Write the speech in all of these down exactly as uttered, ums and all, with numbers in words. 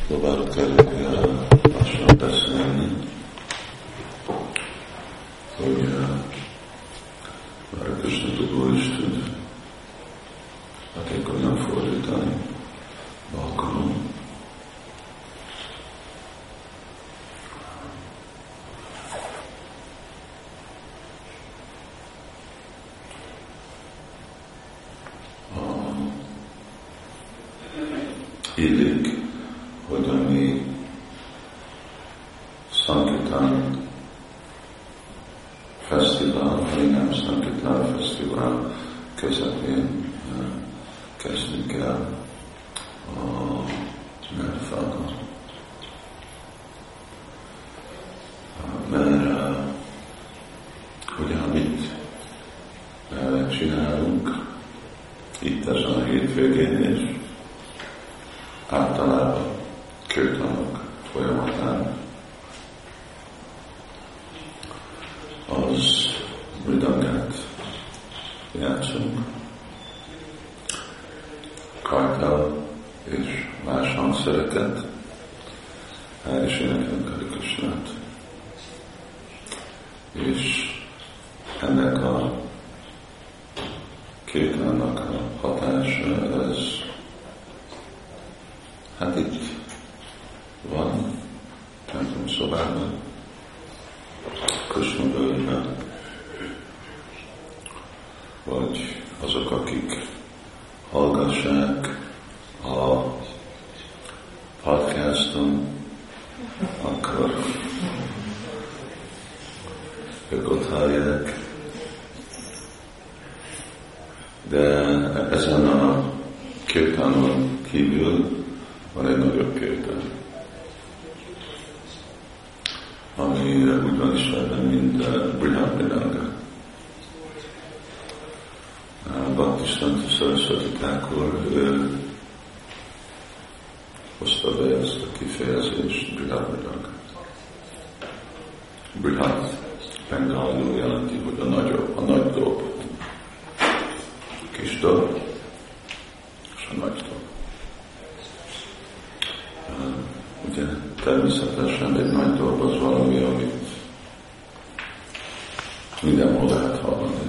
Próbálok elég lassan beszélni, hogy már a Krisna tudó is tud hatékonyan fordítani alkalom. Illik, hogy a mi Sankirtan Fesztivál, vagy nem Sankirtan Fesztivál közepén kezdünk el a Merfágon. Mert ugye amit csinálunk itt ezen a hétvégén is, általában kirtanok folyamatán, az mridangát játszunk, kartál és más hangszereket, és énekelünk Hare Krisnát. És ennek a kirtánnak a hatása, ez hát itt van, templom szobában, Krisna völgyben, vagy azok, akik hallgassák a podcaston, akkor ők ott hallják. De ezen a kirtánon kívül van egy nagyobb kirtán, ami úgy van ismerve, mint Brihad Mridanga. Bhaktisiddhanta Saraswati Thakur, ő hozta be ezt a kifejezést, Brihad Mridanga. Brihad bengalul jelenti, hogy a nagyobb, a nagy dob. Kis dob és a nagy dob. Ugye természetesen egy nagy dolog az valami, amit mindenhol lehet hallani.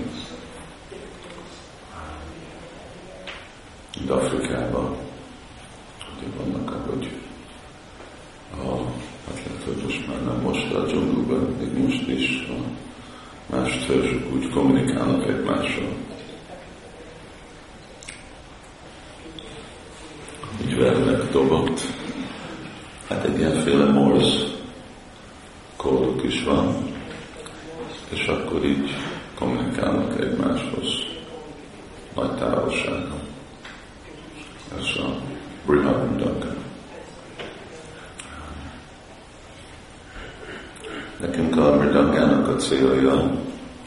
Itt Afrikában ugye vannak, ahogy a, hát lehet, hogy most már nem most a dzsungelben, még most is a más törzsök úgy kommunikálnak egymással. Így vernek dobot. Hát egy ilyenféle Morse kóduk is van, és akkor így kommunikálnak egymáshoz nagy távolságon. Ez a Brihad Mridanga. Nekünk a Mridangának a célja,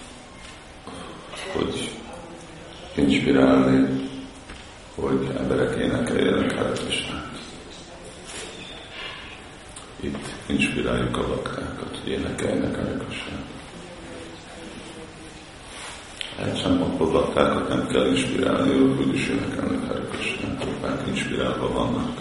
hogy inspirálni, hogy emberek énekeljenek Hare Krisnát. Itt inspiráljuk a baktákat, hogy énekeljenek Hare Krisnát. Egyszerűen a baktákat nem kell inspirálni, ők úgyis énekelnek Hare Krisnát, bakták inspirálva vannak.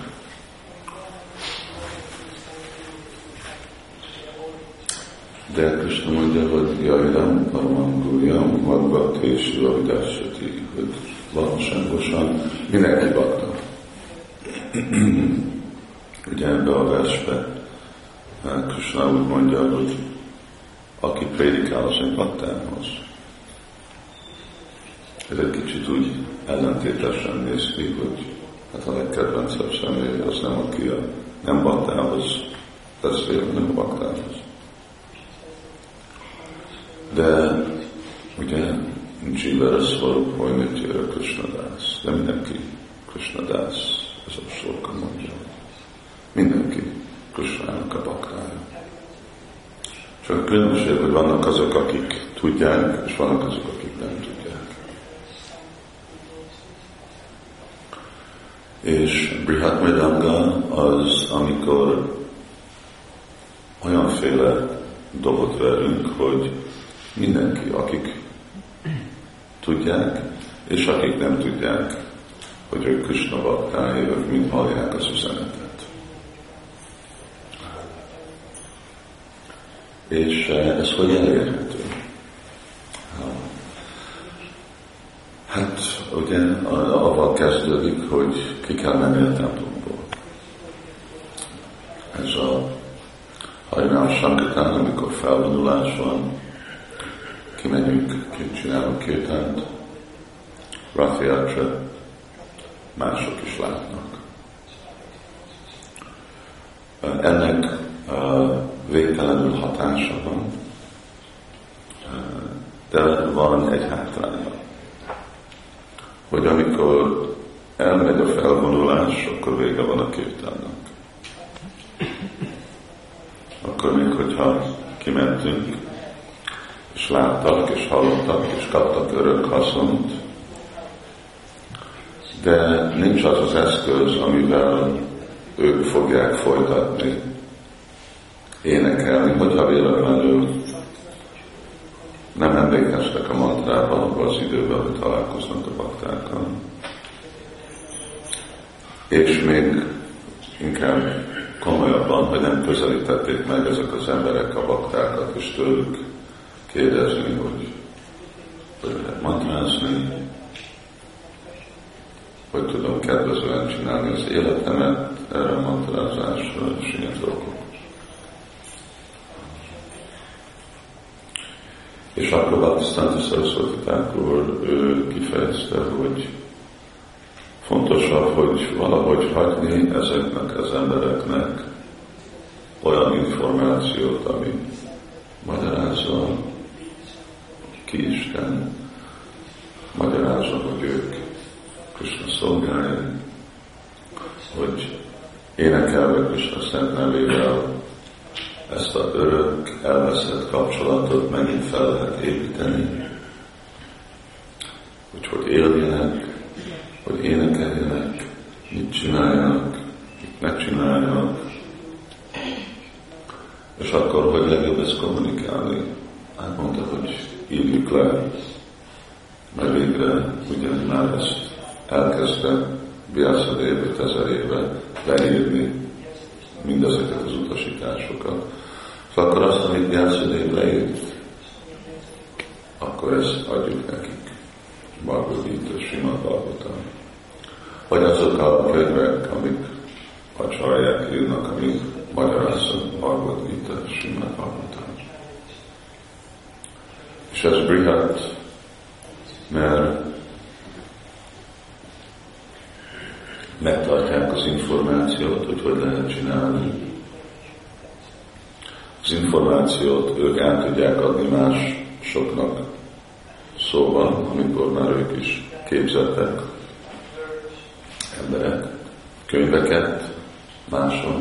De Krishna mondja, hogy Javidam Paramangulyam Madbhakti és Javidassati, hogy valóságosan mindenki bakta. Ugye ebbe a versbe Krishna úgy mondja, hogy aki prédikál, az egy baktához. Ez egy kicsit úgy ellentétesen néz ki, hogy hát a legkedvencebb személy az nem, aki a nem baktához beszél, nem baktához. De ugye Jivara Svarup Hojnitya Krishnadász, de mindenki Krishnadász, ez a sorka mondja. Mindenki Krishnának a baktája. Csak a különbség, hogy vannak azok, akik tudják, és vannak azok, akik nem tudják. És Brihad Mridanga az, amikor olyanféle dobot verünk, hogy mindenki, akik tudják, és akik nem tudják, hogy ők Krishna baktái, ők mind hallják az üzenetet. És ez hogy elérhető? Hát ugye avval kezdődik, hogy ki kell menni a templomból. Ez a Harinám Sankatán, amikor felvonulás van, kimegyünk, csinálunk kirtánt, Rathjatra, mások is látnak. Ennek végtelenül hatása van, de van egy hátránya, hogy amikor elmegy a felvonulás, akkor vége van a kirtánnak. Akkor még, hogyha kimentünk, és láttak, és hallottak, és kaptak örök haszont, de nincs az az eszköz, amivel ők fogják folytatni, énekelni, hogyha véletlenül nem emlékeztek a mantrában abban az időben, hogy találkoznak a baktákkal. És még inkább komolyabban, hogy nem közelítették meg ezek az emberek a baktákat, és tőlük kérdezni, hogy hogy lehet mantrázni, hogy tudom kedvezően csinálni az életemet erre a mantrázásra, és ilyen dolgok. És akkor Bhaktisiddhanta Saraswati Thakur ő kifejezte, hogy fontosabb, hogy valahogy hagyni ezeknek az embereknek olyan információt, ami magyarázza ki Isten, magyarázza, hogy ők Krishna szolgálják, hogy énekelve Krishna szent nevével ezt az örök, elveszett kapcsolatot megint fel lehet építeni, hogy hogy éljenek, hogy énekeljenek, mit csináljanak, mit ne csináljanak, és akkor, hogy legjobb ezt kommunikálni. Hát mondta, hogy írjuk le, mert végre ugyan már ezt elkezdte Vyasadeva ötezer éve leírni mindezeket az utasításokat. Szóval akkor azt, amit Vyasadeva leírt, akkor ezt adjuk nekik. Bhagavad Gita, Srimad Bhagavatam. Vagy azok a könyvek, amik acsaják írnak, amik magyaráznak Bhagavad Gita, Srimad Bhagavatam. És ez brihat, mert megtartják az információt, hogy hogy lehet csinálni. Az információt ők át tudják adni másoknak, szóval, amikor már ők is képzettek emberek, könyveket máson,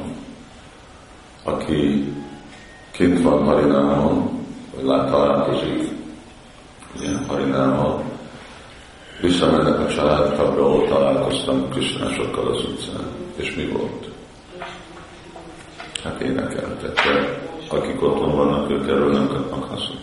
aki kint van Harinámon, vagy lát találkozik ilyen Harinámon, visszamennek a családokra, ahol találkoztam Krisnásokkal az utcán. És mi volt? Hát énekeltek, de akik otthon vannak, ők erről nem kapnak haszont.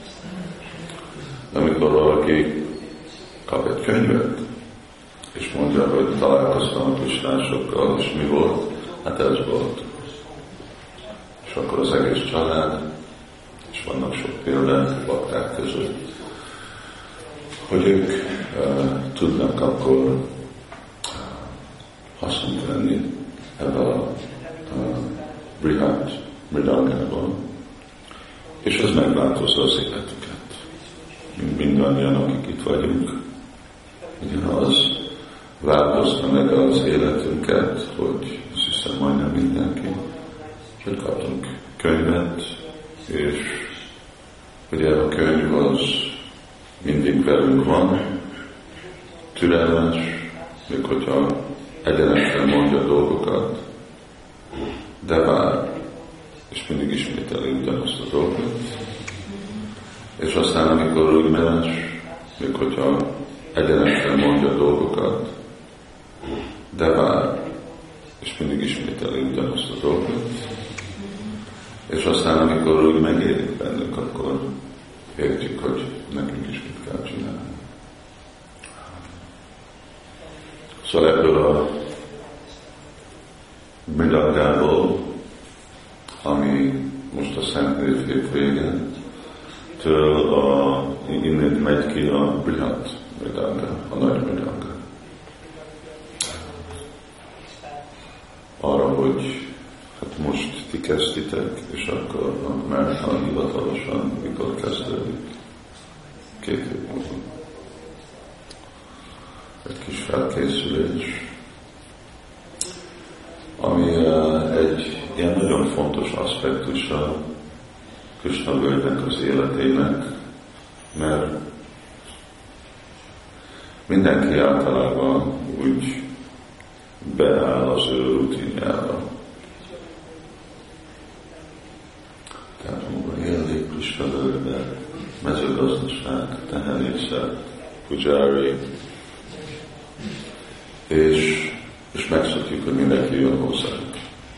De amikor valaki kap egy könyvet, és mondja, hogy találkoztam a Krisnásokkal, és mi volt? Hát ez volt. És akkor az egész család, és vannak sok példák bakták között, hogy ők uh, tudnak akkor uh, haszont venni ebből a uh, brihat mridangában, és ez megváltozza az életüket. Mindannyian, akik itt vagyunk, ugyanaz változta meg az életünket, hogy azt hiszem majdnem mindenki, hogy kaptunk könyvet, és ugye a könyv az mindig velünk van, türelmes, még hogyha egyenesen mondja dolgokat, de vár, és mindig ismételi ugyanazt a dolgot. És aztán, amikor rügmenes, még hogyha egyenesen mondja dolgokat, de vár, és mindig ismételi ugyanazt a dolgot. És aztán, amikor úgy megérik bennünk, akkor értjük, hogy nekünk is mit kell csinálni. Szóval ebből a Mridangából, ami most a Szent hétvégén, től a, innen megy ki a Brihat Mridanga, a nagy Mridanga. Arra, hogy hát most ti kezditek, és akkor a Marathon hivatalosan mikor kezdődik? Két év múlva. Egy kis felkészülés, ami uh, egy ilyen nagyon fontos aspektusa Krishna völgynek az életének, mert mindenki általában úgy beáll az ő rutinjára. Tehát amikor élni Krishna völgybe, mezőgazdaság, tehenészet, pujári, és, és megszokjuk, hogy mindenki jön hozzánk.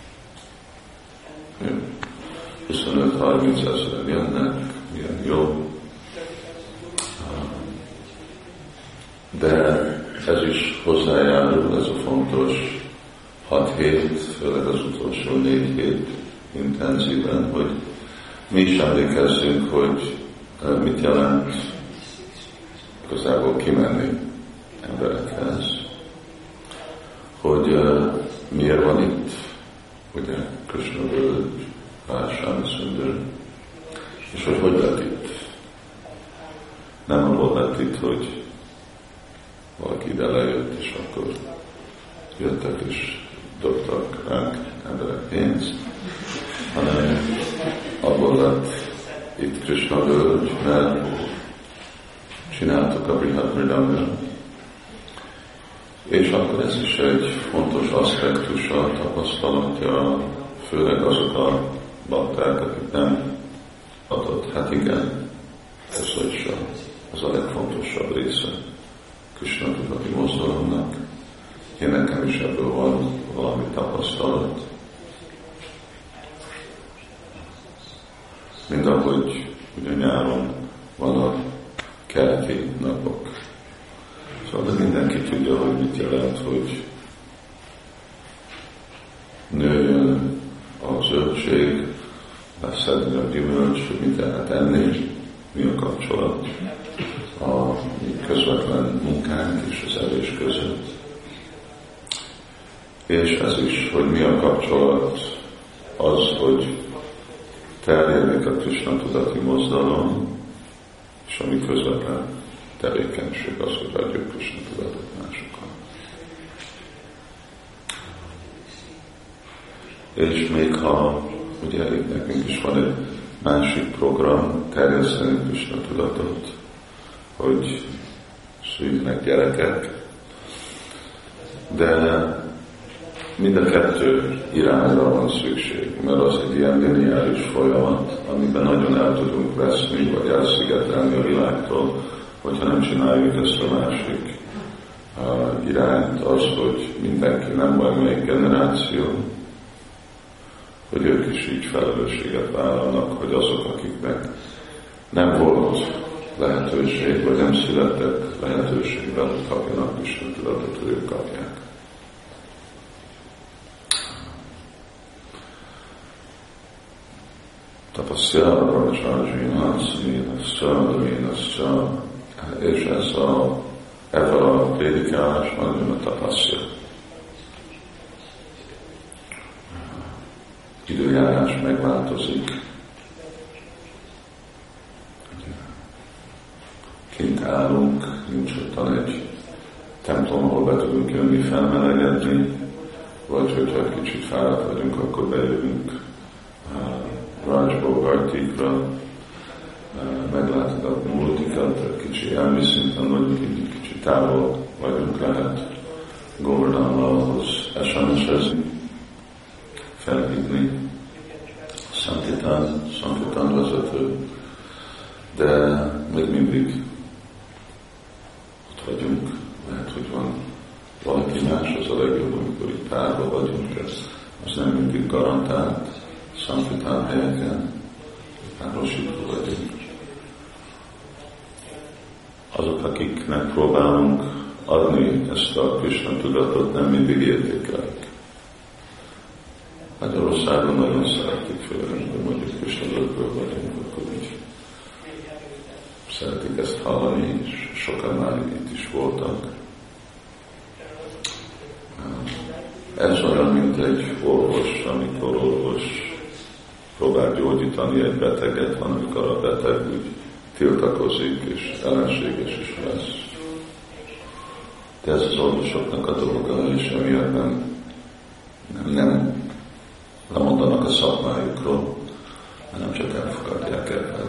huszonöt-harminc ezeren jönnek, milyen jó. De ez is hozzájárul, ez a fontos hat hét, főleg az utolsó négy hét intenzíven, hogy mi is emlékezzünk, hogy mit jelent igazából kimenni emberekhez, hogy uh, miért van itt, ugye, Krishna völgy, Vársámi Szündör, és hogy hogy lett itt. Nem abból lett itt, hogy valaki ide lejött, és akkor jöttek és dobtak ránk emberek pénzt, hanem abból lett itt Krishna völgy, mert csináltuk a Brihat Mridanga. És akkor ez is egy fontos aspektusa, tapasztalatja, főleg azok a bakták, akik nem adott. Hát igen, ez is az a legfontosabb része Krishna tudati mozdalomnak. Én nekem is ebből van valami tapasztalat. Mind ahogy ugye nyáron van a keleti napok. Szóval de mindenki tudja, hogy mit jelent, hogy nőjön a zöldség, leszedni a gyümölcs, hogy mit lehet enni, mi a kapcsolat a közvetlen munkánk és az evés között. És ez is, hogy mi a kapcsolat az, hogy terjednek a Krishna tudati mozdalom, és a mi közvetlen tevékenység az, hogy adjuk Krishna tudatot másokon. És még ha, ugye itt nekünk is van egy másik program, terjeszteni Krishna tudatot, hogy szüljenek gyerekek, de mind a kettő irányra van szükség, mert az egy ilyen lineáris folyamat, amiben nagyon el tudunk veszni, vagy elszigetelni a világtól, hogyha nem csináljuk ezt a másik uh, irányt, az, hogy mindenki, nem baj melyik generáció, hogy ők is így felelősséget vállalnak, hogy azok, akiknek nem volt lehetőség, vagy nem születtek lehetőségben, hogy kapjanak Krishna tudatot, hogy ők kapják. Tapasztja, Rajcsárjina, Szmínascsa, Daminascsa, és ez a, ebben a prédikálás nagyon a tapasztja. Időjárás megváltozik. Kint állunk, nincs ottan egy templom, ahol be tudunk jönni felmelegedni, vagy hogyha egy kicsit fáradt vagyunk, akkor bejövünk Rajcsbógartikra, meglátogatni multikat, kicsi elmi szinten vagyunk, így kicsit távol vagyunk, lehet Govardhanhoz es em es-ezni, felhívni Sankirtan, Sankirtan vezető, de még mindig ott vagyunk, lehet, hogy van valaki más, az a legjobb, amikor itt párba vagyunk, ez az nem mindig garantált, Sankirtan helyeken, párosítva vagyunk. Azok, akiknek próbálunk adni ezt a Krishna tudatot, nem mindig értékelik. Magyarországon nagyon szeretik, főleg, hogy mondjuk Krisnavölgyből vagyunk, akkor úgy szeretik ezt hallani, és sokan már itt is voltak. Ez olyan, mint egy orvos, amikor orvos próbál gyógyítani egy beteget, amikor a beteg úgy tiltakozik, és ellenséges is lesz. De ez az orvosoknak a dolga, és emiatt nem, nem, nem lemondanak a szakmájukról, hanem csak elfogadják el.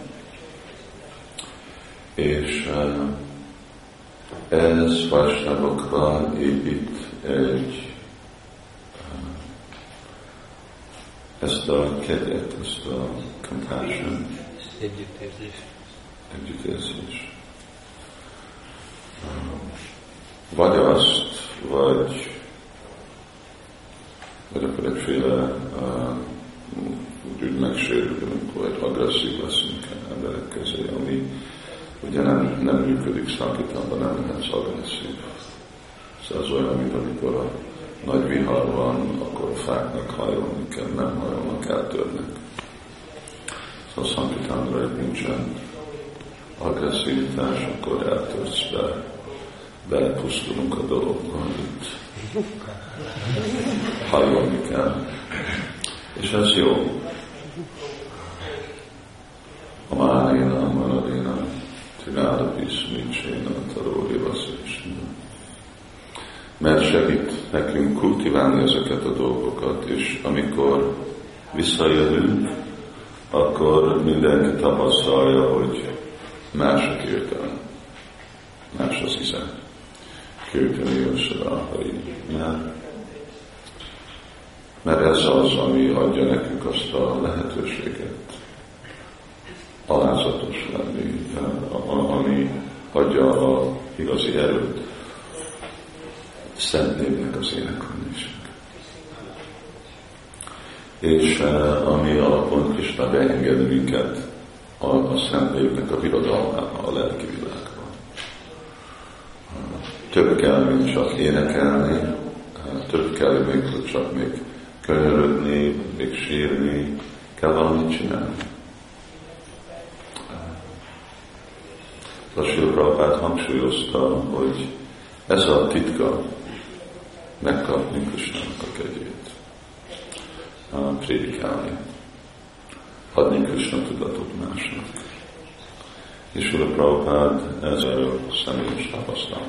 És ez Vaisnavokra épít egy ezt a kedvet, ezt a compassion, együttérzés. együttérzés. Vagy azt, vagy vagy akkor egyféle uh, úgy, úgy megsérülünk, vagy agresszív leszünk emberek közé, ami ugye nem, nem működik Sankirtanban, nem lehet agresszív. Szóval az olyan, mint amikor a nagy vihar van, akkor a fáknak hajolni kell, nem hajolnak, eltörnek. Szóval Sankirtanra, hogy nincsen agresszivitás, akkor eltörsz be, belepusztulunk a dologban, itt hajolni kell. És ez jó. A Márina, a Maradina, Tináda Piszmicséna, Taróri Vaszésna. Mert segít nekünk kultiválni ezeket a dolgokat, és amikor visszajövünk, akkor mindenki tapasztalja, hogy más a kirtán, más az hiszem. Kirtani összedállai. Mert ez az, ami adja nekünk azt a lehetőséget alázatos lenni, ami adja a igazi erőt Szent Névnek az énekelésnek. És ami alapon Krisna beenged minket a, a Szent Névnek a birodalmába, a lelki világban. Több kell, mint csak énekelni, több kell, mint csak még könyörödni, még sírni, kell valamit csinálni. A Srila Prabhupád hangsúlyozta, hogy ez a titka megkapni Krisnának a kegyét, prédikálni, adni Krisna tudatot másnak. És Srila Prabhupád ezzel személyes tapasztalat.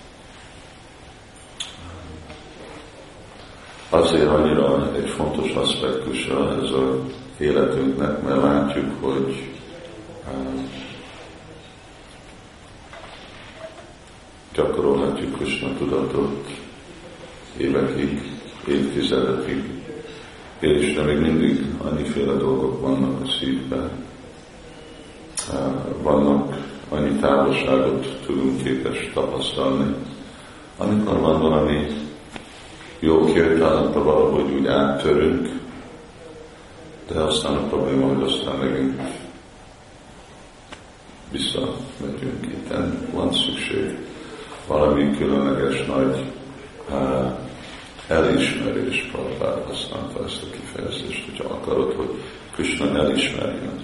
Azért annyira egy fontos aspektusa ez az életünknek, mert látjuk, hogy gyakorolhatjuk Krisna tudatot évekig, évtizedekig, és még mindig annyiféle dolgok vannak a szívben, vannak, annyi távolságot tudunk képes tapasztalni, amikor van valami jó kirtánatra valahogy úgy áttörünk, de aztán a probléma, hogy aztán megint visszamegyünk. Itten van szükség valami különleges nagy uh, elismerés. Prabhupád használta ezt a kifejezést, hogyha akarod, hogy Krisna elismerjen,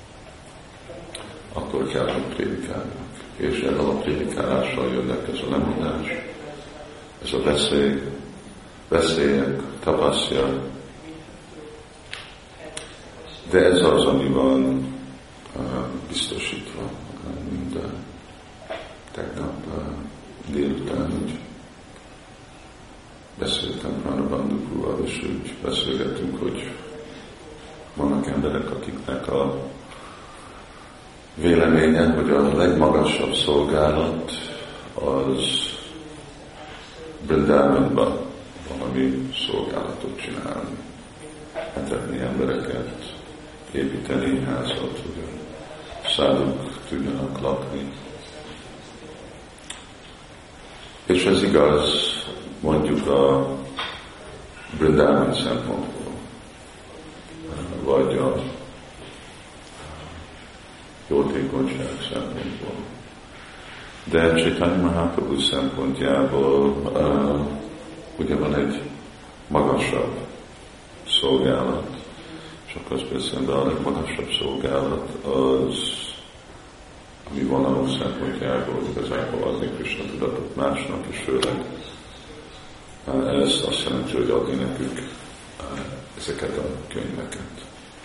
akkor kell, hogy prédikáljuk. És ezzel a prédikálással jönnek ez a lemondás, ez a veszély, veszélyek, tapasztja. De ez az, ami van uh, biztosítva minden. Tegnap uh, délután úgy beszéltem Pranabandhu Gurúval, és úgy beszélgettünk, hogy vannak emberek, akiknek a véleménye, hogy a legmagasabb szolgálat az Vrindavanban valami szolgálatot csinálni, etetni embereket, építeni házat, hogy a száduk tudjanak lakni. És ez igaz, mondjuk a Vrindavan szempontból, vagy a jótékonyság szempontból. De Chaitanya Mahaprabhu szempontjából uh, ugye van egy magasabb szolgálat, és akkor azt beszélem, de a legmagasabb szolgálat az, ami van a szempontjából, igazából adni Krishna tudatot másnak, és főleg ez azt jelenti, hogy adni nekünk ezeket a könyveket.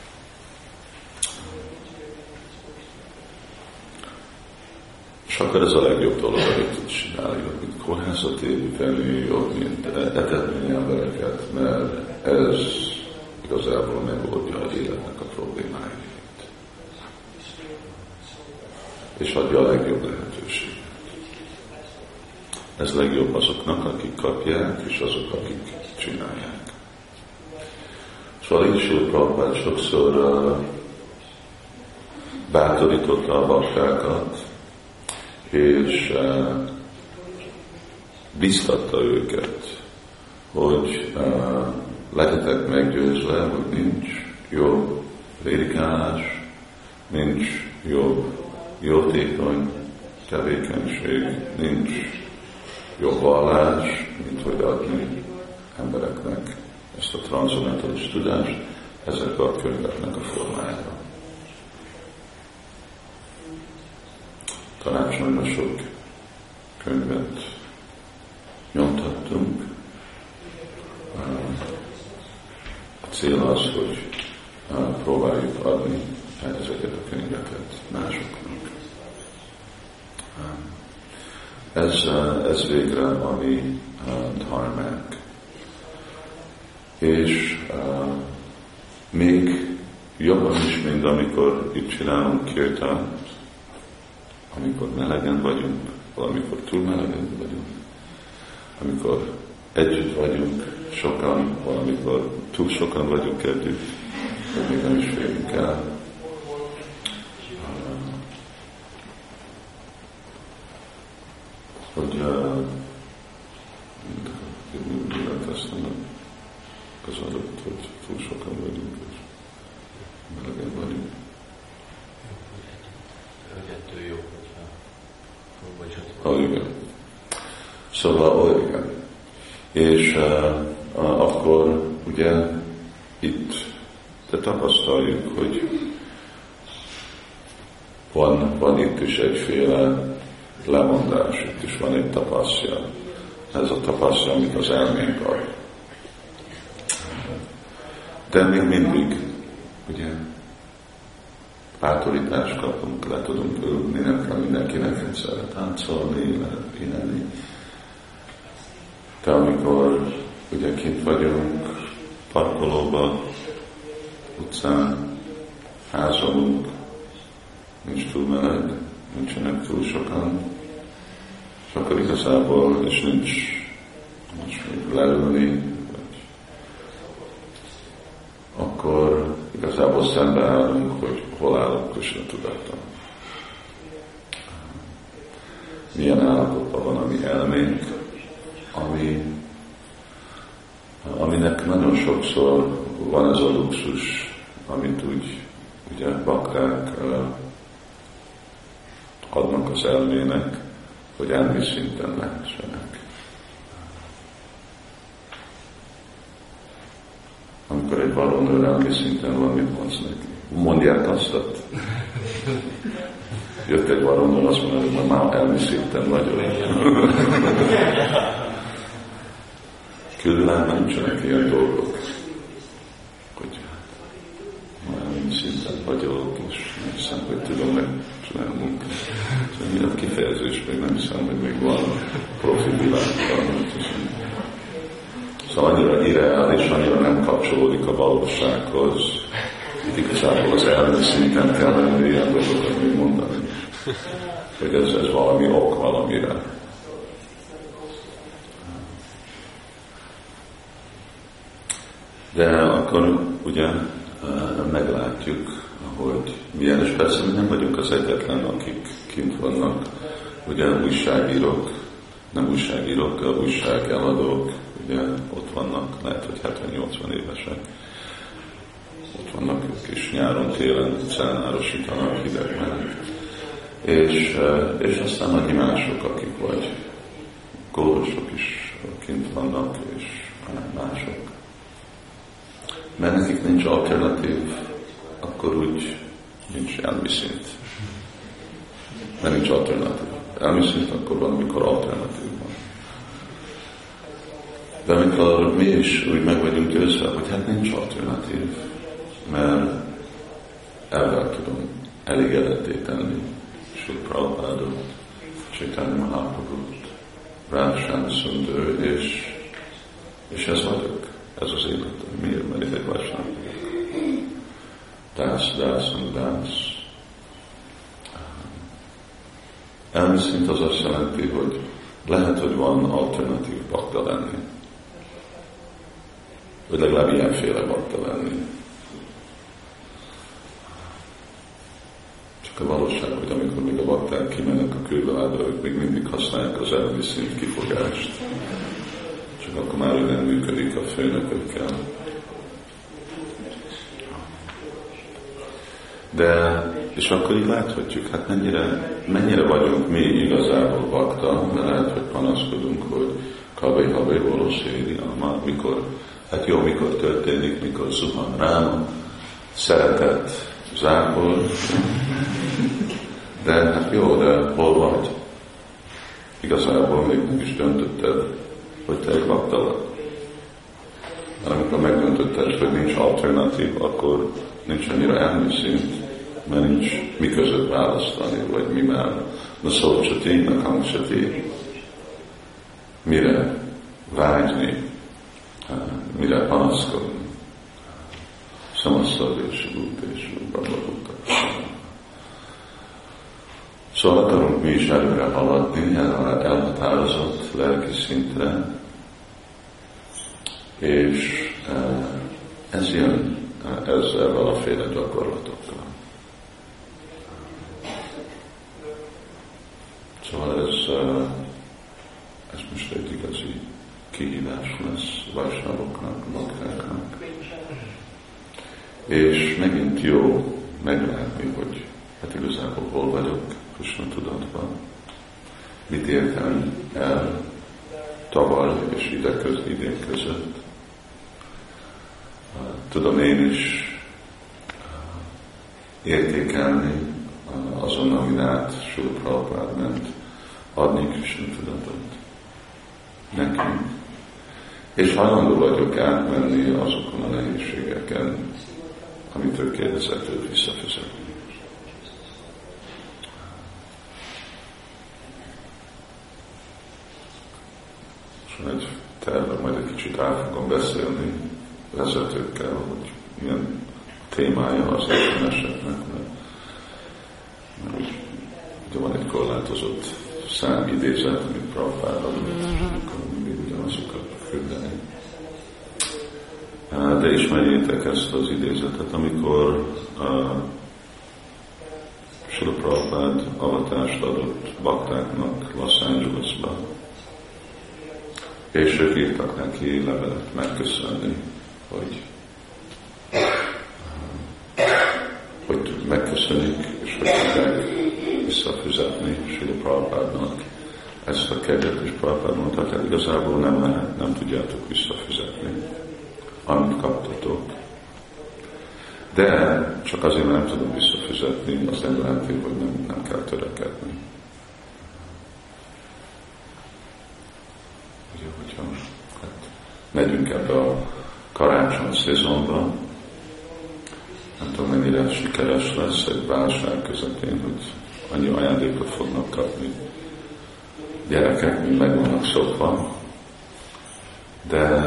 És akkor ez a legjobb dolog, amit tud csinálni, mint kórházat építeni, jobb, mint etetni embereket, mert ez igazából megoldja az életnek a problémáit. És adja a legjobb lehetőséget. Ez legjobb azoknak, akik kapják, és azok, akik csinálják. Szóval így Srila Prabhupád sokszor uh, bátorította a baktákat, és uh, biztatta őket, hogy uh, legyetek meggyőzve, hogy nincs jobb prédikálás, nincs jobb jótékony tevékenység, nincs jobb vallás, mint hogy adni embereknek ezt a transzendentális tudást ezek a könyveknek a formájában. Talán nagyon sok könyvet nyomtattunk. A cél az, hogy próbáljuk adni ezeket a könyveket másoknak. Ez, ez végre a mi dharmánk. És uh, még jobban is, mint amikor itt csinálunk kirtánt, amikor melegen vagyunk, valamikor túl melegen vagyunk, amikor együtt vagyunk sokan, valamikor túl sokan vagyunk együtt, hogy még nem is férünk el. Hogy uh, mindent aztán az adott, hogy túl sokan vagyunk, és melegen vagyunk. Ettől jó, hogyha Oh, igen. Szóval, oh, igen. És uh, uh, akkor ugye itt te tapasztaljuk, hogy van, van itt is egyféle lemondás, itt is van egy tapasztja. Ez a tapasztja, amit az elménk ad. De még mindig, ugye, bátorítást kapunk, le tudunk ülni, nem kell mindenkinek szeret táncolni, lehet pihenni. De amikor ugye kint vagyunk, parkolóba, utcán, házalunk, nincs túl meleg, nincsenek túl sokan, és akkor igazából, és nincs most még leülni, akkor igazából szembeállunk, hogy hol állunk Krishna tudattal. Milyen állapotban van a mi elménk, ami, aminek nagyon sokszor van ez a luxus, amit úgy ugye bakták adnak az elmének, hogy elmi szinten lehessenek. Amikor egy valónő elmi szinten van, mit mondsz neki? Mondják azt, jött egy valónő, azt mondja, hogy már elmi szinten vagyok. Külvilágban nincsenek ilyen dolgok, hogy már elmi szinten vagyok, és nem hiszem, hogy tudom megcsinálni a munkát. Szóval mi a kifejezés, még nem hiszem, hogy még van profi világban. Szóval annyira irreális, annyira nem kapcsolódik a valósághoz. Itt igazából az elmi szinten kellene ilyen dolgokat még mondani. Hogy ez, ez valami ok valamire. De akkor ugye meglátjuk, hogy milyen, és persze mi nem vagyunk az egyetlen, akik kint vannak. Ugye újságírók, nem újságírók, újságeladók, ugye ott vannak, lehet, hogy hetven-nyolcvan évesek. Ott vannak ők is nyáron, télen, szelnárosítanak hidegben. És, és aztán annyi mások, akik vagy kórusok is kint vannak, és mások. mert nekik nincs alternatív, akkor úgy nincs elmi szint. Mert nincs alternatív. Elmi szint, akkor van, amikor alternatív van. De amikor mi is úgy meg vagyunk győzve, hogy hát nincs alternatív, mert ezzel tudom elégedetté tenni Srila Prabhupádot, Chaitanya Mahaprabhut, Radha Sundar, és, és ez vagyok, ez az életem. Miért? Mert én egy Vaishnava vagyok. Dász, dász, dász. Elmi szint az azt jelenti, hogy lehet, hogy van alternatív bakta lenni. Vagy legalább ilyenféle bakta lenni. Csak a valóság, hogy amikor még a bakták kimennek a külvilágra, ők még mindig használják az elmi szint kifogást. Csak akkor már nem működik a főnökökkel. De, és akkor így láthatjuk, hát mennyire, mennyire vagyunk mi igazából bakta, de lehet, hogy panaszkodunk, hogy kabai habai volószéri, mikor, hát jó, mikor történik, mikor zuhan rám, szeretett zápor, de hát jó, de hol vagy? Igazából még nem is döntötted, hogy te egy bakta vagy. Mert amikor megdöntötted, hogy nincs alternatív, akkor nincs annyira elmi szint, mert nincs mi között választani, vagy mi már na szócsati, na hangcsati, mire vágyni, mire panaszkodni. Szamasszad és út és bababúta. Szóval akarunk mi is előre haladni, elhatározott lelki szintre, és ez jön ezzel valaféle gyakorlatokkal. Szóval ez, ez most egy igazi kihívás lesz vásárlóknak, baktáknak. És megint jó meglátni, hogy hát igazából hol vagyok Krishna tudatban. Mit értem el tavaly és ide köz, idén között. Tudom én is értékelni azon, amin át Srila Prabhupád ment adni Krishna tudatot nekünk. És hajlandó vagyok átmenni azokon a nehézségeken, amit ő kérdezett, őt visszafizetni. És van egy terve, majd egy kicsit át fogom beszélni vezetőkkel, hogy milyen témája az egyeneseknek, mert, mert úgy, ugye van egy korlátozott szám idézet, amit Prabhupád adott, akkor mindig ugyanazokat küldeni. De ismerjétek ezt az idézetet, amikor uh, Srila Prabhupád avatást adott baktáknak Los Angelesba, és ők írtak neki levelet megköszönni, hogy, uh, hogy megköszönik, és hogy tudják visszafizetni Srila Prabhupádnak ezt a kegyet, és Prabhupád mondta, hogy igazából nem lehet, nem tudjátok visszafizetni, amit kaptatok. De csak azért, mert nem tudom visszafizetni, azt nem jelenti, hogy nem, nem kell törekedni. Ugye, hogyha hát, megyünk ebbe a karácsony szezonba, nem tudom, mennyire sikeres lesz egy válság közepén, hogy annyi ajándékot fognak kapni gyerekek, mint meg vannak szokva, de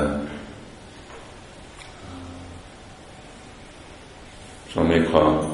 szóval még ha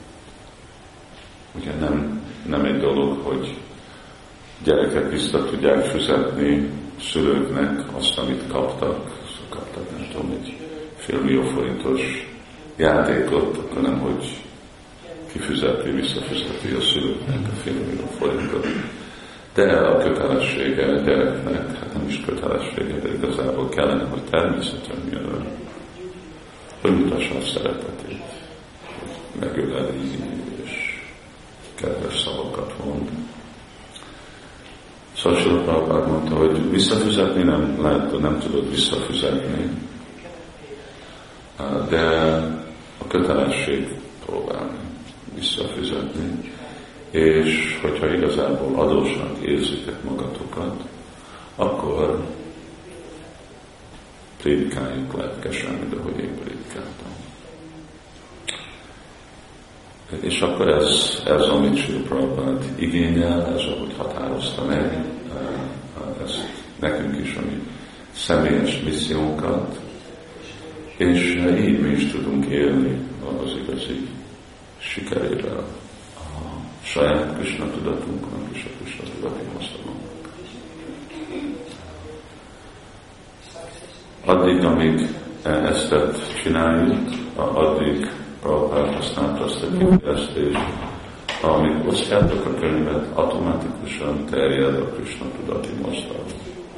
ugye nem, nem egy dolog, hogy gyerekek vissza tudják fizetni szülőknek azt, amit kaptak, szóval kaptak, nem tudom, egy fél millió forintos játékot, akkor nem, hogy kifizeti, visszafizeti a szülőknek a fél millió forintot. De a kötelessége a gyereknek, hát nem is kötelessége, de igazából kellene, hogy természetesen jön, hogy mutassa a szeretetét, megöleli, és kedves szavakat mond. Szóval Srila Prabhupád mondta, hogy visszafizetni nem lehet, nem tudod visszafizetni, de a kötelesség próbálni visszafizetni, és hogyha igazából adósnak érzitek magatokat, akkor prédikáljuk lelkesen, mint ahogy én prédikáltam. És akkor ez, ez amit Srila Prabhupád igényel, ez ahogy határozta meg, ez nekünk is, ami személyes missziónkat, és így mi is tudunk élni az igazi sikerével a saját Krishna tudatunknak és a Krishna tudati mozdalomnak. Addig, amíg ezt csináljuk, addig Prabhupád használt azt a kifejezést, amíg osztjátok a könyvet, automatikusan terjed a Krishna tudati mozdalom.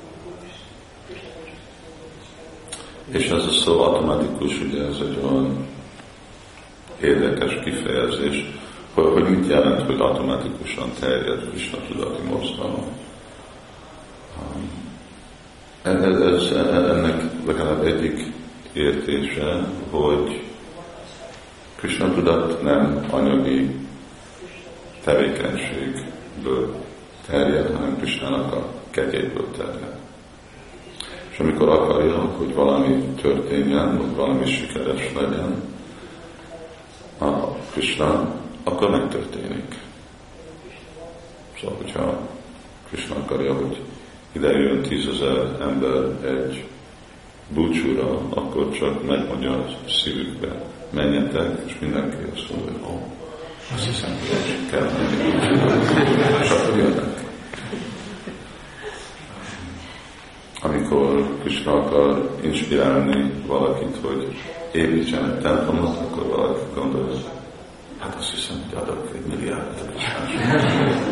És ez a szó automatikus, ugye ez egy olyan érdekes kifejezés, hogy, hogy mit jelent, hogy automatikusan terjed Krishna tudati mozdalom. Ez, ez, ennek legalább egyik értése, hogy Krishna tudat nem anyagi tevékenységből terjed, hanem Krishnának a kegyéből terjed. És amikor akarja, hogy valami történjen, vagy valami sikeres legyen a Krishna, akkor megtörténik. Szóval, hogyha Krishna akarja, hogy ide jön tízezer ember egy búcsúra, akkor csak megmondja a szívükbe, menjetek, és mindenki azt mondja, hogy ó, azt hiszem, hogy kell menni búcsúra, és akkor jönnek. Amikor Krishna akar inspirálni valakit, hogy építsen egy templomot, akkor valaki gondolja, hogy hát azt hiszem, hogy adok egy milliárdot a Krishnának.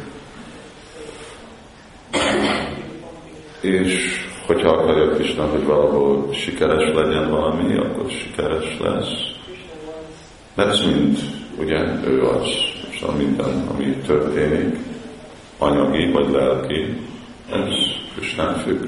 És hogyha akarja Krishna, hogy valahol sikeres legyen valami, akkor sikeres lesz. Mert ez mind, ugye, ő az, szóval minden, ami történik, anyagi vagy lelki, ez Krishnán függ.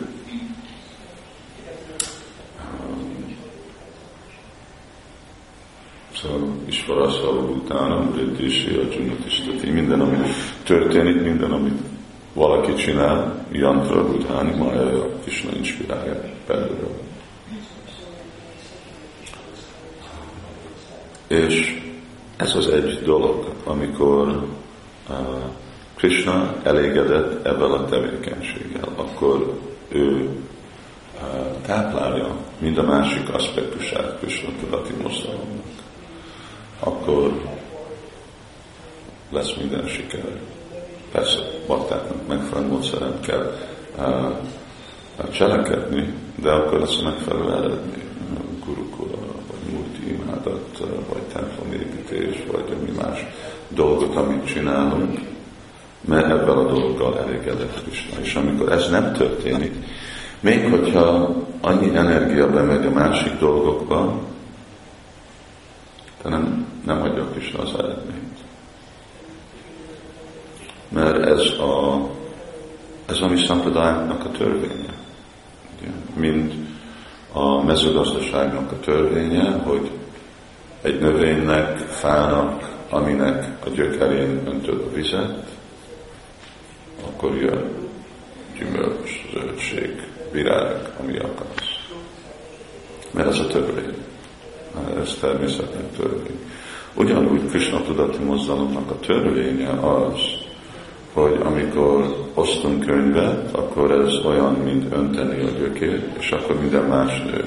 Szóval Isvaraszal utána, Riddhishi, Arjuna Tishtati, minden, ami történik, minden, amit valaki csinál, Yantra, Budháni, Mája, Krishna inspirálja belőle. És ez az egy dolog, amikor uh, Krishna elégedett ebben a tevékenységgel, akkor ő uh, táplálja mind a másik aspektusát Krishna tudati mozdalomnak. Akkor lesz minden siker. Persze, baktáknak megfelelő módszeren kell uh, cselekedni, de akkor lesz a megfelelő eredmény. Gurukula, vagy múlti imádat, vagy templomépítés, vagy ami más dolgot, amit csinálunk, mert ebben a dologgal elégedett Krishna. És amikor ez nem történik, még hogyha annyi energia bemegy a másik dolgokba, de nem, nem adja Krishna az eredményt. Mert ez a, ez a mi szampradályunknak a törvénye. Ugye? Mind a mezőgazdaságnak a törvénye, hogy egy növénynek, fának, aminek a gyökerén öntöd a vizet, akkor jön gyümölcs, zöldség, virág, ami akarsz. Mert ez a törvény. Ez természetnek törvény. Ugyanúgy Krishna tudati mozdalomnak a törvénye az, hogy amikor osztunk könyvet, akkor ez olyan, mint önteni a gyökér, és akkor minden más nő.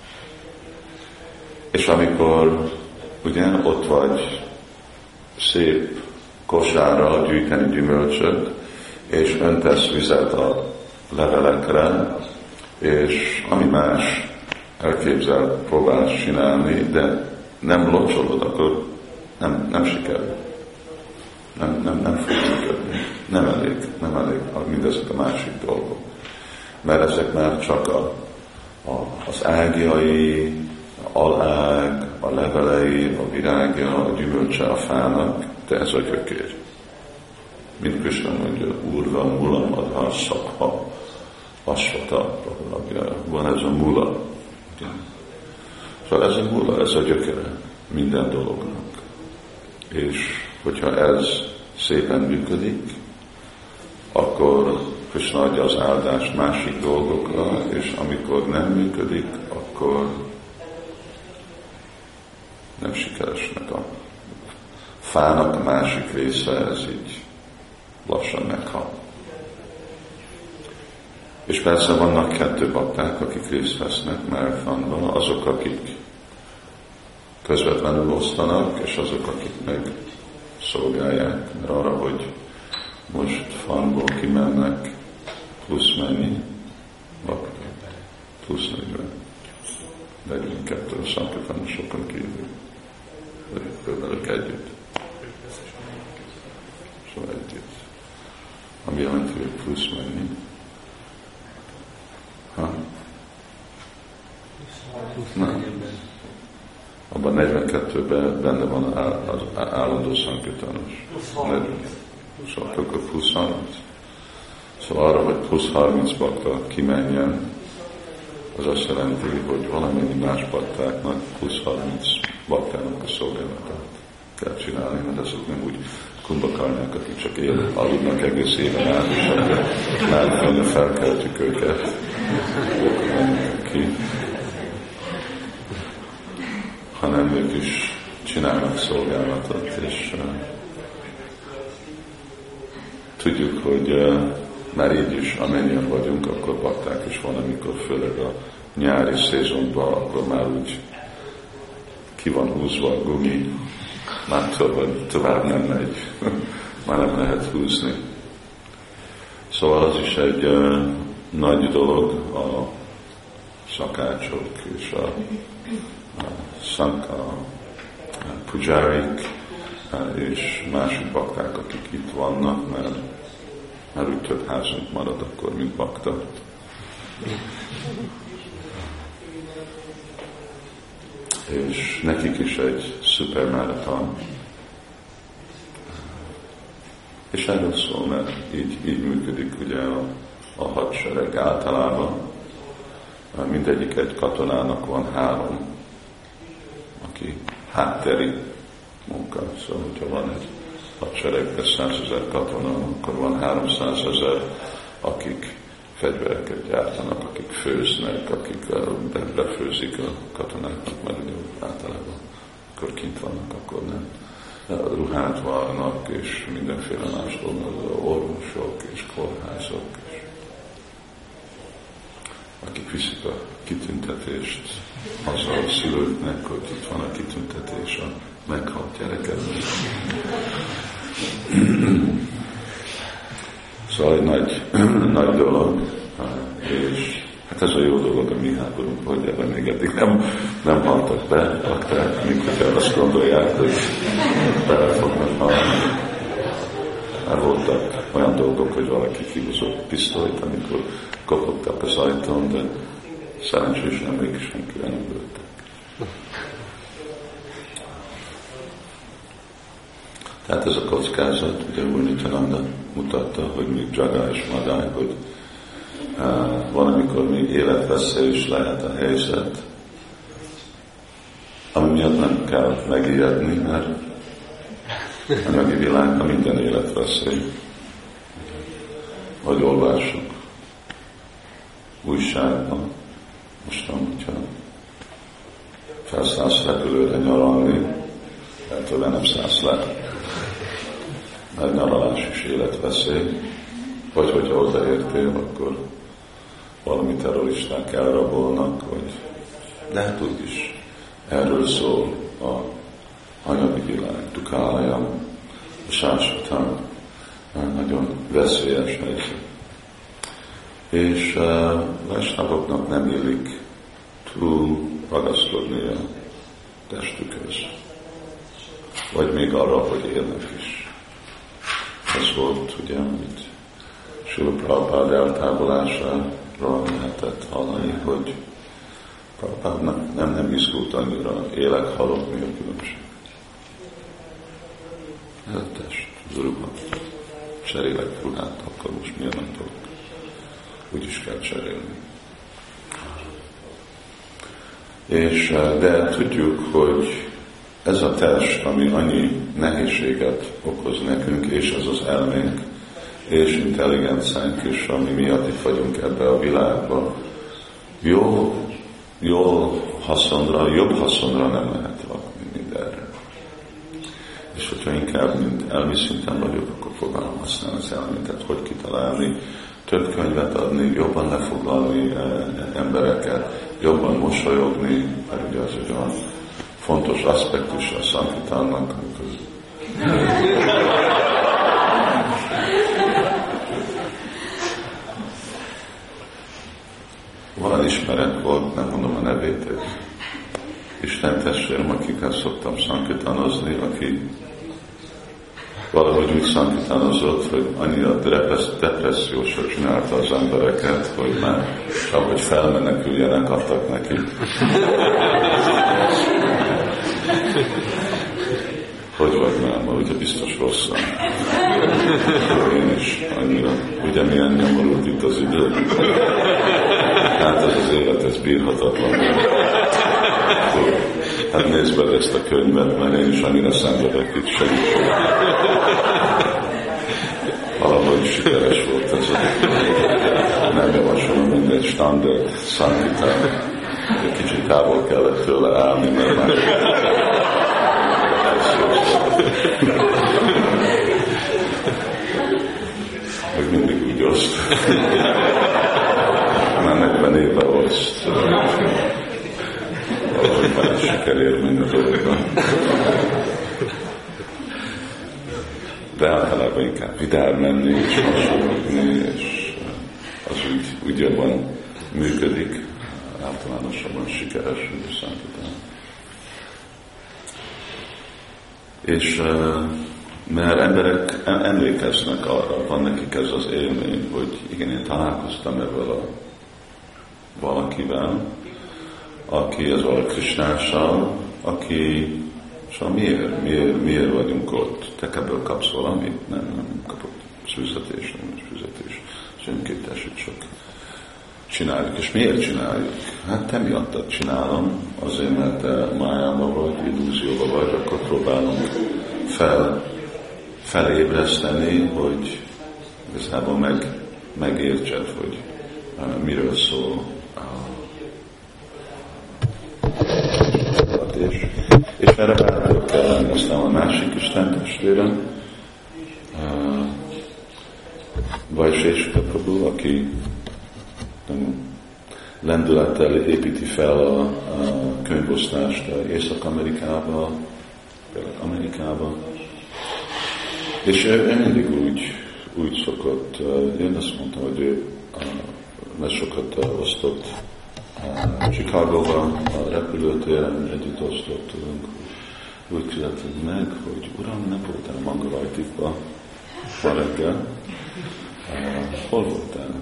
És amikor ugye ott vagy szép kosárral gyűjteni gyümölcsöt, és öntesz vizet a levelekre, és ami más elképzel, próbálsz csinálni, de nem locsolod, akkor nem, nem sikerül. Nem, nem, nem fog működni. Nem elég, nem elég mindezek a másik dolgok. Mert ezek már csak a, a, az ágjai, a alág, a levelei, a virágja, a gyümölcse a fának, de ez a gyökér. Mint Krishna mondja, Urva, Mula, Madha, Szakha, Asvata, van ez a mula. Szóval ez a mula, ez a gyökere minden dolognak. És hogyha ez szépen működik, akkor Krishna adja az áldást másik dolgokra, és amikor nem működik, akkor nem sikeresnek a fának a másik része, ez így lassan meghal. És persze vannak kettő bakták, akik részt vesznek marathonban, azok, akik közvetlenül osztanak, és azok, akik meg szolgálják, mert arra, hogy most farmból kimennek, plusz mennyi? Bakta. Plusz negyven. negyvenkettő a szankirtánosokon kívül. Velük együtt. Szóval együtt. Ami jelenti, hogy plusz mennyi? Ha? Nem. Abban negyvenkettőben benne van az állandó szankirtános. Szóval akkor plusz harminc. Szóval arra, hogy plusz harminc bakta kimenjen, az azt jelenti, hogy valamennyi más baktáknak plusz harminc baktának a szolgálatát kell csinálni, mert azok nem úgy kumbakarnyák, akik csak él, aludnak egész éven át, és akkor már felkeltjük őket, ki, hanem ők is csinálnak szolgálatot, és uh, tudjuk, hogy uh, már így is, amennyien vagyunk, akkor bakták is van, amikor főleg a nyári szezonban, akkor már úgy ki van húzva a gumi, már tovább, tovább nem megy, már nem lehet húzni. Szóval az is egy uh, nagy dolog, a szakácsok és a, a, szank, a, a pujárik és másik bakták, akik itt vannak, mert már úgy több házunk marad akkor, mint bakta. És nekik is egy szupermaraton. És erről szól, mert így, így működik ugye a, a hadsereg általában. Mindegyik egy katonának van három, aki hátteri munka. Szóval, hogyha van egy hadseregben százezer katona, akkor van háromszázezer, akik fegyvereket gyártanak, akik főznek, akik befőzik a katonáknak, mert általában akkor kint vannak, akkor nem. Ruhát varnak, és mindenféle más dolgok, orvosok és kórházak, és akik viszik a kitüntetést haza a szülőknek, hogy itt van a kitüntetés a meghalt gyerekednek. Szóval egy nagy, nagy dolog, és hát ez a jó dolog a mi háborunk, hogy ebben még eddig nem, nem haltak be, akár, mint hogyha azt gondolják, hogy bele fognak halni. Már voltak olyan dolgok, hogy valaki kihúzott pisztolyt, amikor kopogtak az ajtón, de szerencsésen még senkire nem lőttek. Tehát ez a kockázat, ugye Úr Nityananda mutatta, hogy még Jaga és Madai, hogy uh, van, amikor még életveszély is lehet a helyzet, ami miatt nem kell megijedni, mert a anyagi világban minden életveszély. Vagy olvassuk újságban, mostan, hogyha felszállsz repülőre nyaralni, lehet, hogy nem szállsz le, mert nyaralás is életveszély, vagy hogyha odaértél, akkor valami terroristák elrabolnak, vagy lehet úgy is erről szól a anyagi világ, Dukája, a Sásvatán, nagyon veszélyes helyzet. És uh, Vaisnavoknak nem illik túl ragaszkodni a testükhöz, vagy még arra, hogy élnek is. Ez volt, ugye, amit Srila Prabhupád eltávolásáról lehetett hallani, hogy Prabhupádnak nem, nem izgult annyira élek, halok, mi a különbség. Ez a test, az ruha. Cserélek ruhát, akkor most miért nem tudok? Úgy is kell cserélni. És, de tudjuk, hogy ez a test, ami annyi nehézséget okoz nekünk, és ez az elménk, és intelligenciánk is, ami miatt itt vagyunk ebbe a világba, jó, jó haszonra, jobb haszonra nem lehet lakni mindenre. És hogyha inkább, mint elmi szinten vagyok, akkor fogalom használni az elméntet, hogy kitalálni, több könyvet adni, jobban lefoglalni embereket, jobban mosolyogni, mert ugye az egy olyan fontos aspektus a Sankirtannak, amikor van ismerek volt, nem mondom a nevét, egy Isten testvérem, akikkel szoktam szankirtanozni, aki valahogy úgy szankirtanozott, hogy annyira depressziósra csinálta az embereket, hogy már csak, hogy felmeneküljenek, adtak neki. Hogy vagy már, ma ugye biztos rosszan. Én is annyira, ugye milyen nyomorult itt az idő. Hát ez az élet, ez bírhatatlan. Hát nézd be ezt a könyvet, mert én is annyira szenvedek itt segítség. Valahogy sikeres volt ez a nem javasolom, mint egy standard Sankirtan. Egy kicsit távol kellett tőle állni, mert már meg mindig úgy oszt. Már negyven éve oszt. Valahogy már sikerélmény a dologban. De általában inkább vidám menni, és mosolyogni, és az úgy, úgy jobban működik, általánosabban sikeres, úgy számítan. És mert emberek emlékeznek arra, van nekik ez az élmény, hogy igen, én találkoztam ebből a valakivel, aki az a Krisnással, aki, szóval miért, miért, miért vagyunk ott? Te ebből kapsz valamit? Nem, nem kapok fizetés, nem fizetés. És önkéntesít csak csináljuk. És miért csináljuk? Hát te miattad csinálom, azért, mert te májában vagy, illúzióban vagy, akkor próbálom fel, felébreszteni, hogy igazából meg, megértsed, hogy uh, miről szól. Uh, és, és erre bármilyen kell lenni. Aztán a másik Isten testvérem, uh, Vajsésika Prabhu, aki lendülettel építi fel a, a könyvosztást Észak-Amerikába, például Amerikába. És ő mindig úgy, úgy szokott, én azt mondtam, hogy ő mert sokat osztott Chicagóba, a repülőtéren együtt osztottunk, úgy fizetünk meg, hogy uram, nem voltál Mangalajtikba ma reggel. Uh, hol voltál?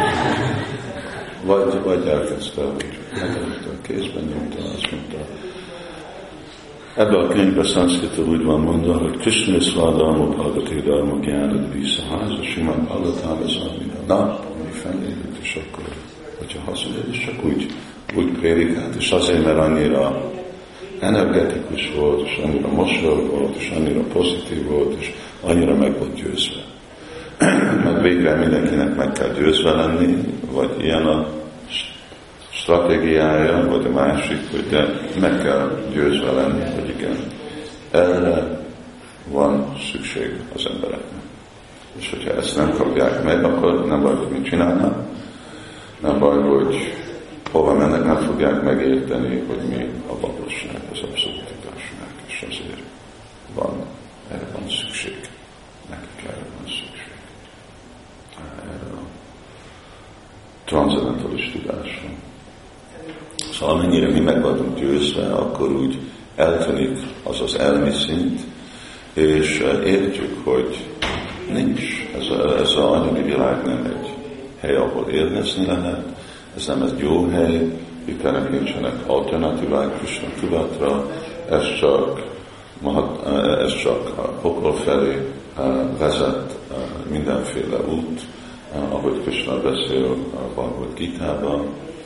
Vagy, vagy elkezdte, hogy megelőtte a kézben nyomta, azt mondta. Ebben a könyvben szanszkritul úgy van mondva, hogy Krishna Svadharma Bhagavati Dharma Gyánad Visszaháza, Simán Bhagavatám ez amire nap, ami felélít, és akkor, hogyha hazudod, és csak úgy, úgy prédikált, és azért, mert annyira energetikus volt, és annyira mosolyog volt, és annyira pozitív volt, és annyira meg volt győzve. Mert végre mindenkinek meg kell győzve lenni, vagy ilyen a stratégiája, vagy a másik, hogy de meg kell győzve lenni, hogy igen, erre van szükség az embereknek. És hogyha ezt nem kapják meg, akkor nem baj, hogy mit csinálnak, nem baj, hogy hova mennek, nem fogják megérteni, hogy mi a valóság, az abszolút igazság, és azért van, erre van szükség. Nekik erre van szükség. Erre a transzendentális tudásra. Szóval amennyire mi meg vagyunk győzve, akkor úgy eltűnik az az elmi szint, és értjük, hogy nincs, ez a, ez a anyagi világ nem egy hely, ahol élvezni lehet, ez nem egy jó hely, itt ennek nincsenek alternatívák Krishna tudatra, ez csak, ez csak a pokol felé vezet mindenféle út, ahogy Krishna beszél a Bhagavad Gitában,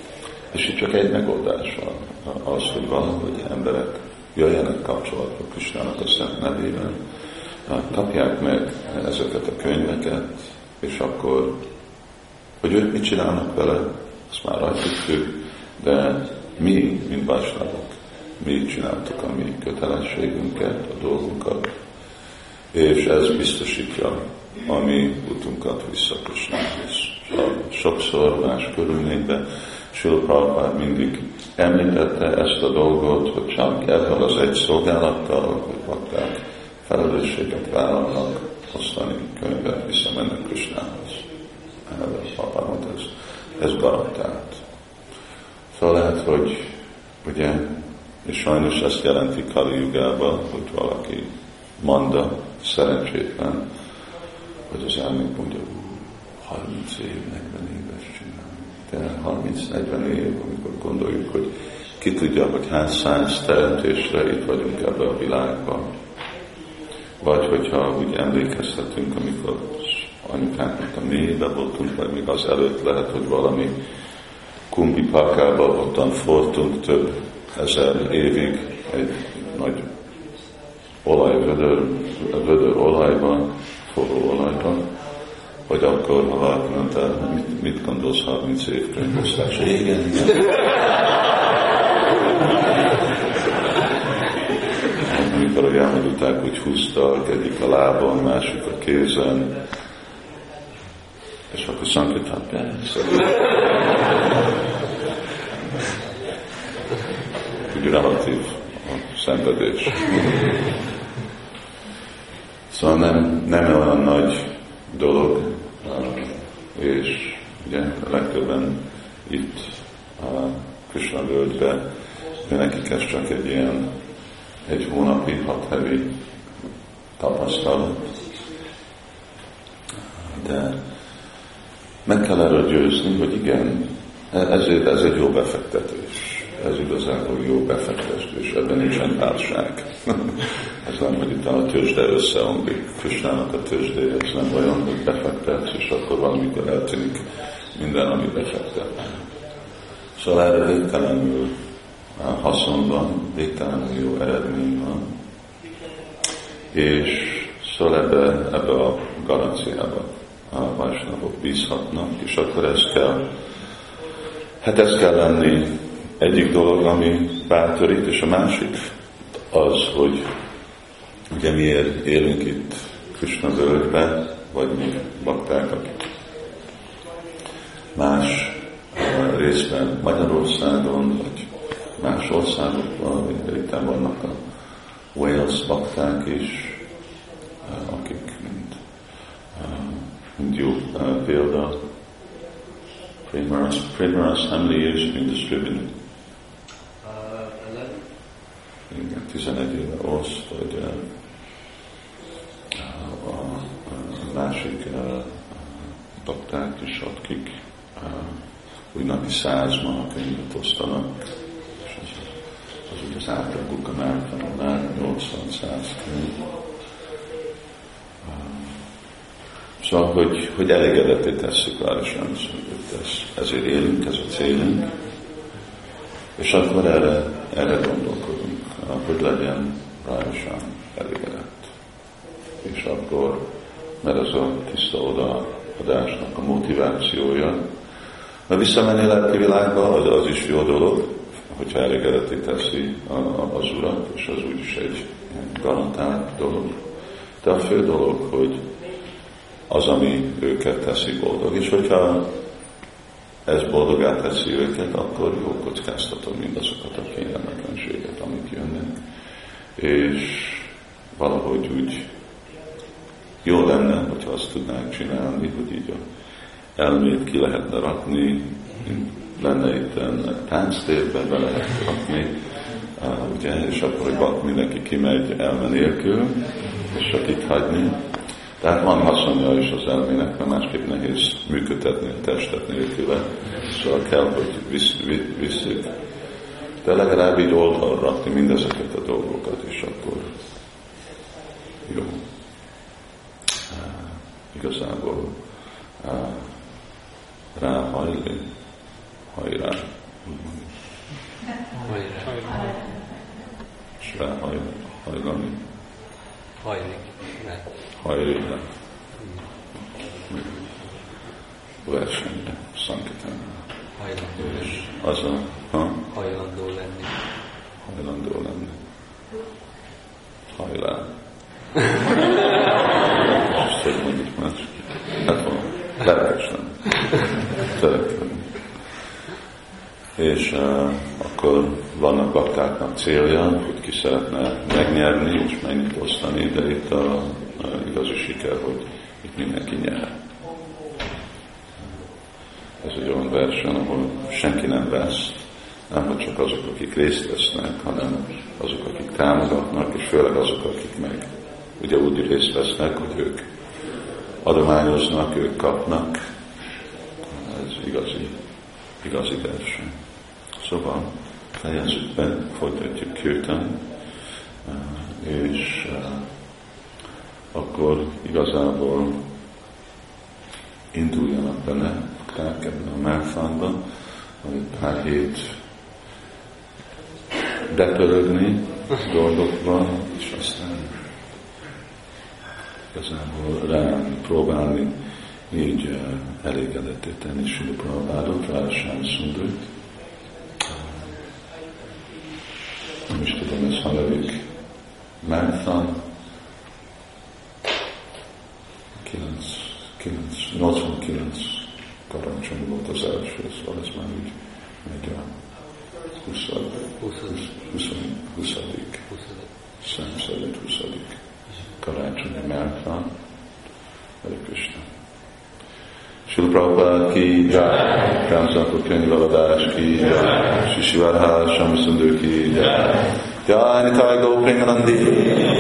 És itt csak egy megoldás van, az, hogy valahogy emberek jöjjenek kapcsolatba Krisnának a szent nevében, kapják meg ezeket a könyveket, és akkor, hogy ők mit csinálnak vele, azt már rajtuk függ, de mi, mint vajsnavok, mi csináltuk a mi kötelességünket, a dolgunkat, és ez biztosítja a mi utunkat vissza Krisnához. Sokszor más körülményben Srila Prabhupád mindig említette ezt a dolgot, hogy csak ezzel az egy szolgálattal, hogy bakták felelősséget vállalnak, osztani könyvet, visszamennek Krisnához. Prabhupád mondta, ez, ez garantált. Szóval lehet, hogy ugye, és sajnos ezt jelenti Kali Jugában, hogy valaki manda, szerencsétlen, hogy az elmék mondja, harminc év, negyven éves csinálni. De harminc-negyven év, amikor gondoljuk, hogy ki tudja, hogy hány száz teremtésre itt vagyunk ebben a világban. Vagy hogyha úgy emlékezhetünk, amikor anyukánknak a mélyébe voltunk, vagy még az előtt lehet, hogy valami Kumbi parkában ottan fortunk több ezer évig egy nagy olajvödör, vödör olajban, forró olajban, hogy akkor, ha valaki mondta, mit, mit gondolsz harminc év könyvosztás? Igen, igen. Amikor a jámaduták úgy húztak, egyik a lábon, másik a kézen, és akkor Sankirtán persze. Úgy relatív a szenvedés. Szóval nem, nem olyan nagy dolog, és ugye legtöbben itt a Krishna völgyben, de nekik ez csak egy ilyen egy hónapi, hat hevi tapasztalat. De meg kell erről győzni, hogy igen, ezért ez egy jó befektetés. Ez igazából jó befektetés, ebben nincsen válság. Ez nem, hogy itt a tőzsde összeomlik. Krisnának a tőzsdéje, ez nem olyan, hogy befektetsz, és akkor valamikor eltűnik minden, ami befektet. Szóval erre végtelenül haszon van, végtelenül jó eredmény van. És szóval ebbe, ebbe a garanciába a vajsnavok bízhatnak, és akkor ez kell, hát ez kell lenni egyik dolog, ami bátorít, és a másik az, hogy ugye miért élünk itt Krishna völgyben, vagy még bakták, akik más részben Magyarországon, vagy más országokban, vagy itt vannak a Wales bakták is, akik mint, mint jó példa. Premaras how many years have been distributed? Igen, tizenegy éve oszt, vagy a, a, a másik bakták is, akik úgy napi száz könyvet osztanak, és az, az úgy az átlaguk a mártononál nyolcvan-száz könyv. Szóval, hogy, hogy elégedetté tesszük városan, ez, ezért élünk, ez a célunk, és akkor erre, erre gondolkodunk, hogy legyen városan elégedett. És akkor, mert ez a tiszta odaadásnak a motivációja, mert visszamenni a lelki világba, az, az is jó dolog, hogyha elégedetté teszi a, a, az Urat, és az úgyis egy garantált dolog. De a fő dolog, hogy az, ami őket teszi boldog. És hogyha ez boldogá teszi őket, akkor jó kockáztatom mindazokat a kényelmetlenséget, amik jönnek. És valahogy úgy jó lenne, hogyha azt tudnánk csinálni, hogy így a elmét ki lehetne rakni, lenne itt tánctérben, be lehet rakni, ugye, és akkor, hogy mindenki kimegy elme nélkül, és csak itt hagyni. Tehát van haszonja is az elmének, mert másképp nehéz működtetni a testet nélküle, szóval kell, hogy visszük. De legalább így oldalra rakni mindezeket a dolgokat, és akkor jó. Igazából ráhajlni, hajrá, és ráhajlani. Hajlik. Hajlik le. Versenyre, Sankirtánra. Hajlandó És az a... Ha? Hajlandó lenni. Hajlandó lenni. Hajlál. Most hogy mondjuk más? Hát van, lelkes lenni. Szeretni. És uh, akkor vannak baktáknak célja, hogy ki szeretne megnyerni és mennyit osztani, de itt a, a igazi siker, hogy itt mindenki nyer. Ez egy olyan verseny, ahol senki nem vesz, nem hogy csak azok, akik részt vesznek, hanem azok, akik támogatnak, és főleg azok, akik meg ugye úgy részt vesznek, hogy ők adományoznak, ők kapnak. Ez igazi, igazi verseny. Szóval fejezzük be, folytatjuk Kirtan, és akkor igazából induljanak bele ebben a marathonban, hogy pár hét bepörögni dolgokban, és aztán igazából rá próbálni így uh, elégedetté tenni Srila Prabhupádot, Radha Szundart. Nem is tudom, ez hanyadik marathon. nyolcvankilenc karancsony volt az első, szóval ez már úgy megy a huszadik szám szerint huszadik karácsonyi marathon. Hare Krishna. Srila Prabhupada ki jai, Rámszakor könyveladás ki jai, Sri Shivadhara Swami Sundar ki jai, Jai Nitai Gopinganandi